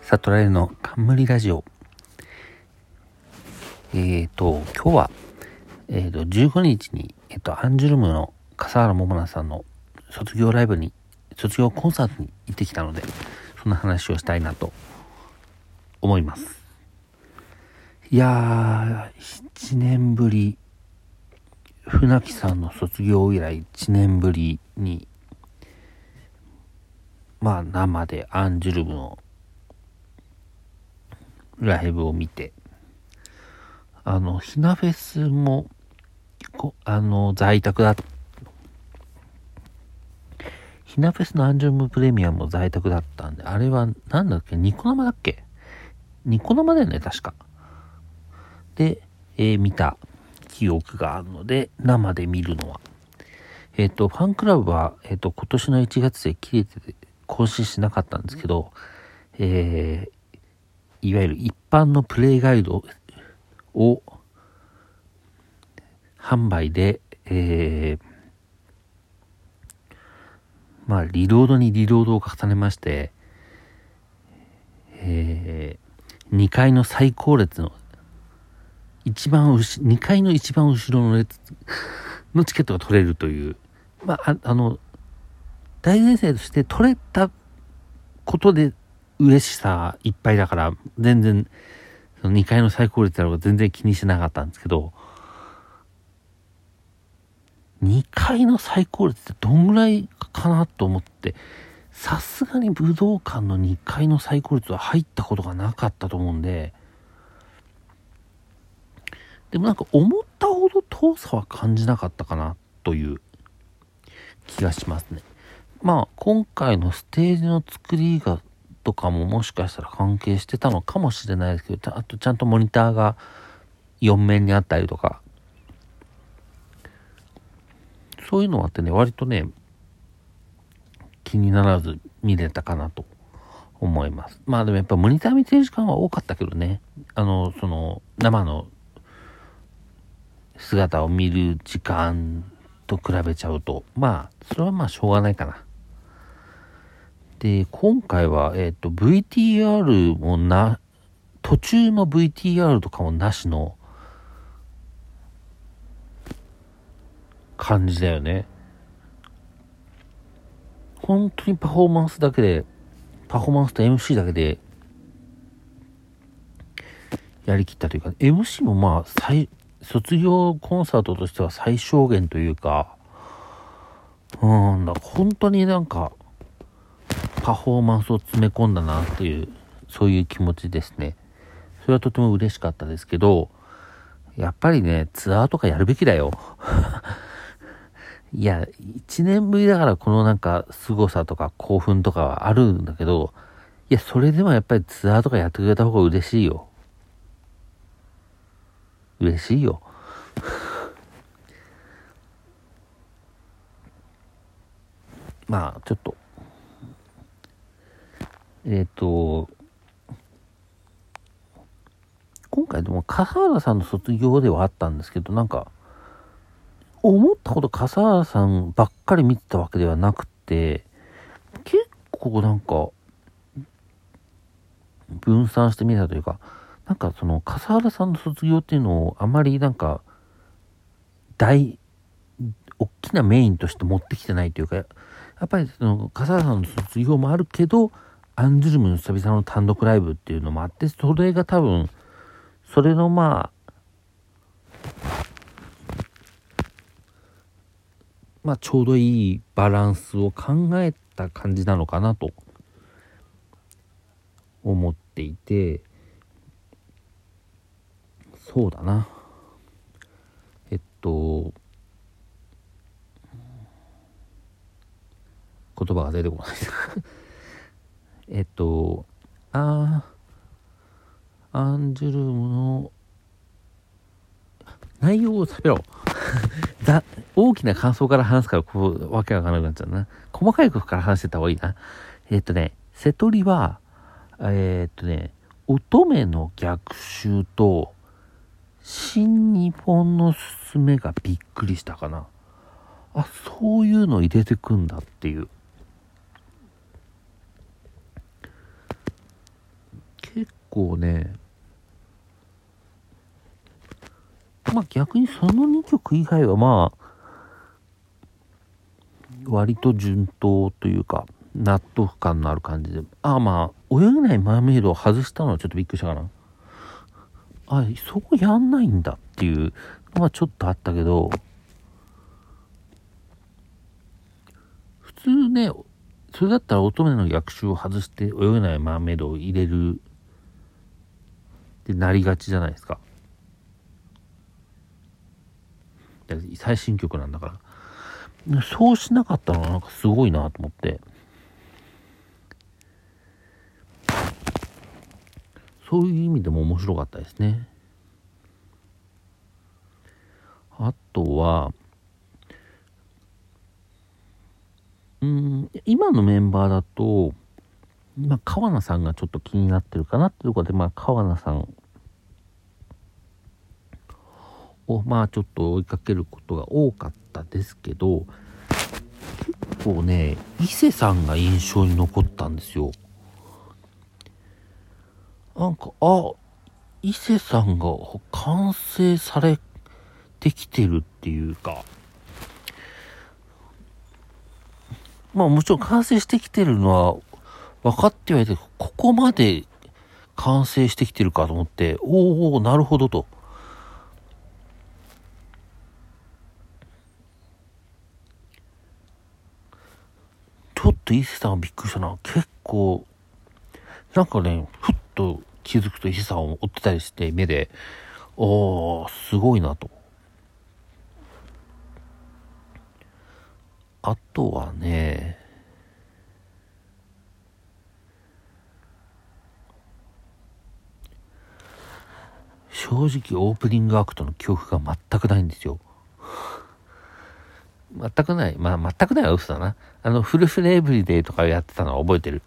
サトライの冠ラジオ。今日は、15日に、アンジュルムの笠原桃奈さんの卒業コンサートに行ってきたので、そんな話をしたいなと思います。いやー、1年ぶり、船木さんの卒業以来1年ぶりに、生でアンジュルムのライブを見て、ひなフェスも在宅だひなフェスのアンジュルムプレミアムも在宅だったんで、あれはなんだっけ、ニコ生だっけ、ニコ生だよね確かで、見た記憶があるので、生で見るのはファンクラブは、今年の1月で切れてて更新しなかったんですけど、いわゆる一般のプレイガイドを販売で、リロードにリロードを重ねまして、2階の最高列の2階の一番後ろの列のチケットが取れるという、大前提として取れたことで嬉しさいっぱいだから、全然その2階の最高列だろうが全然気にしなかったんですけど、2階の最高列ってどんぐらいかなと思って、さすがに武道館の2階の最高列は入ったことがなかったと思うんで、でも思ったほど遠さは感じなかったかなという気がしますね。今回のステージの作りがとかももしかしたら関係してたのかもしれないですけど、あとちゃんとモニターが4面にあったりとか、そういうのあってね、割とね気にならず見れたかなと思います。でもやっぱモニター見てる時間は多かったけどね、その生の姿を見る時間と比べちゃうと、それはしょうがないかな。で、今回はVTR も途中の VTR とかもなしの感じだよね。本当にパフォーマンスと MC だけでやりきったというか、MC も卒業コンサートとしては最小限というか、本当にパフォーマンスを詰め込んだなっていう、そういう気持ちですね。それはとても嬉しかったですけど、やっぱりね、ツアーとかやるべきだよ。いや、1年ぶりだからこの凄さとか興奮とかはあるんだけど、いや、それでもやっぱりツアーとかやってくれた方が嬉しいよ。嬉しいよ。ちょっと今回でも笠原さんの卒業ではあったんですけど、思ったほど笠原さんばっかり見てたわけではなくて、結構分散してみたというか、その笠原さんの卒業っていうのをあまり大きなメインとして持ってきてないというか、やっぱりその笠原さんの卒業もあるけど、アンジュルムの久々の単独ライブっていうのもあって、それが多分それのちょうどいいバランスを考えた感じなのかなと思っていて、そうだな、言葉が出てこないアンジュルムの内容を喋ろう大きな感想から話すからわけわからなくなっちゃうな。細かいことから話してた方がいいな。瀬戸利は乙女の逆襲と新日本のすすめがびっくりしたかな。そういうの入れてくんだっていう。 構ね、まあ逆にその2曲以外はまあ割と順当というか納得感のある感じで、まあ泳げないマーメイドを外したのはちょっとびっくりしたかな。そこやんないんだっていうのはちょっとあったけど、普通ね、それだったら乙女の逆襲を外して泳げないマーメイドを入れるってなりがちじゃないですか。最新曲なんだから。そうしなかったのはなんかすごいなと思って。そういう意味でも面白かったですね。あとは、今のメンバーだと、川名さんがちょっと気になってるかなっていうところで、川名さんを、ちょっと追いかけることが多かったですけど、結構ね、伊勢さんが印象に残ったんですよ。なんか、伊勢さんが完成されてきてるっていうか、もちろん完成してきてるのは分かってはいて、ここまで完成してきてるかと思って、なるほどと。ちょっと伊勢さんはびっくりしたな。結構、なんかね、ふっと気づくと伊勢さんを追ってたりして、目で、すごいなと。あとはね、正直オープニングアクトの記憶が全くないんですよ。全くない。全くないは嘘だな。フルフレエブリデイとかやってたのは覚えてる。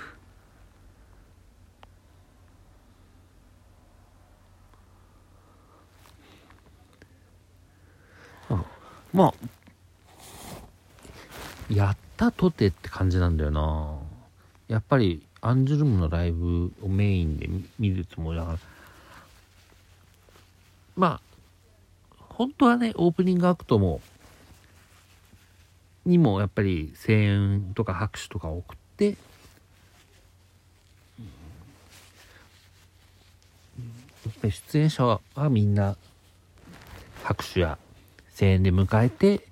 やったとてって感じなんだよな。やっぱりアンジュルムのライブをメインで見るつもりだから、本当はね、オープニングアクトにもやっぱり声援とか拍手とか送って、やっぱり出演者はみんな拍手や声援で迎えて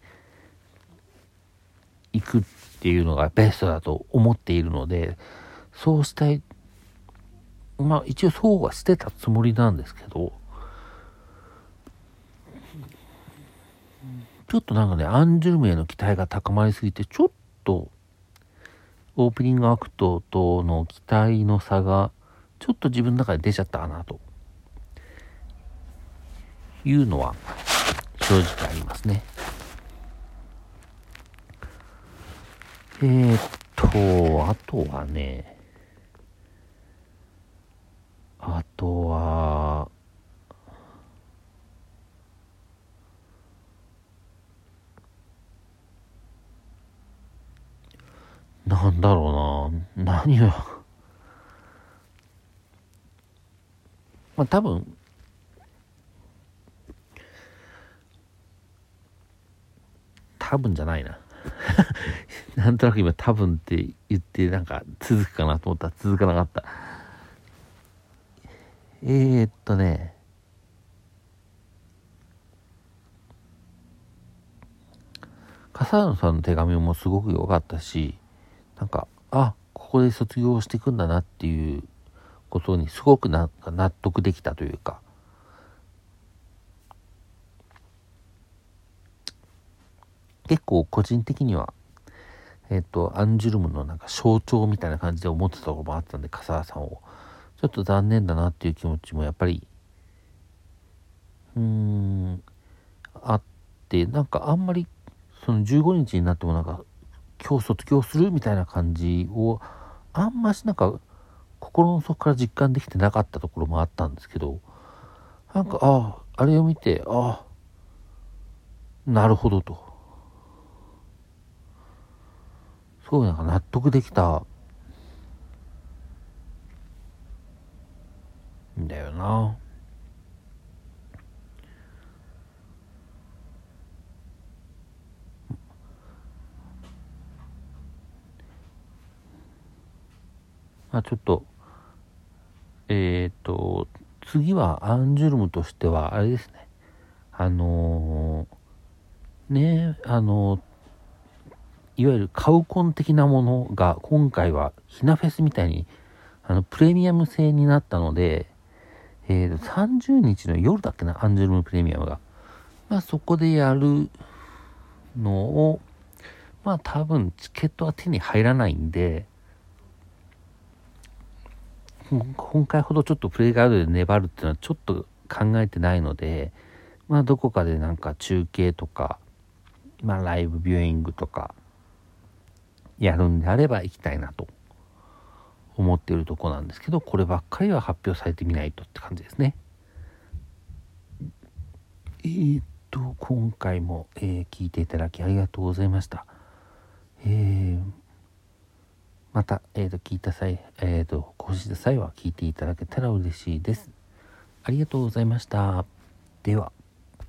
いくっていうのがベストだと思っているので、そうしたい、一応そうはしてたつもりなんですけど、ちょっとなんかね、アンジュルムへの期待が高まりすぎて、ちょっとオープニングアクトとの期待の差がちょっと自分の中で出ちゃったかなというのは正直ありますね。あとはね、なんだろうな、何を多分じゃないななんとなく今多分って言ってなんか続くかなと思ったら続かなかった。笠野さんの手紙もすごく良かったし、なんかここで卒業していくんだなっていうことにすごく納得できたというか、結構個人的にはアンジュルムのなんか象徴みたいな感じで思ってたところもあったんで、笠原さんをちょっと残念だなっていう気持ちもやっぱりあって、なんかあんまりその15日になってもなんか今日卒業するみたいな感じをあんましなんか心の底から実感できてなかったところもあったんですけど、なんかあれを見てなるほどと、すごいなんか納得できたな。まあちょっと次はアンジュルムとしてはあれですね。いわゆるカウコン的なものが今回はひなフェスみたいにプレミアム制になったので、30日の夜だっけな、アンジュルムプレミアムが。まあそこでやるのを、まあ多分チケットは手に入らないんで、今回ほどちょっとプレイガードで粘るっていうのはちょっと考えてないので、まあどこかでなんか中継とか、まあライブビューイングとかやるんであれば行きたいなと思っているとこなんですけど、こればっかりは発表されてみないとって感じですね。今回も、聞いていただきありがとうございました。また、聞いた際、更新した際は聞いていただけたら嬉しいです。ありがとうございました。では。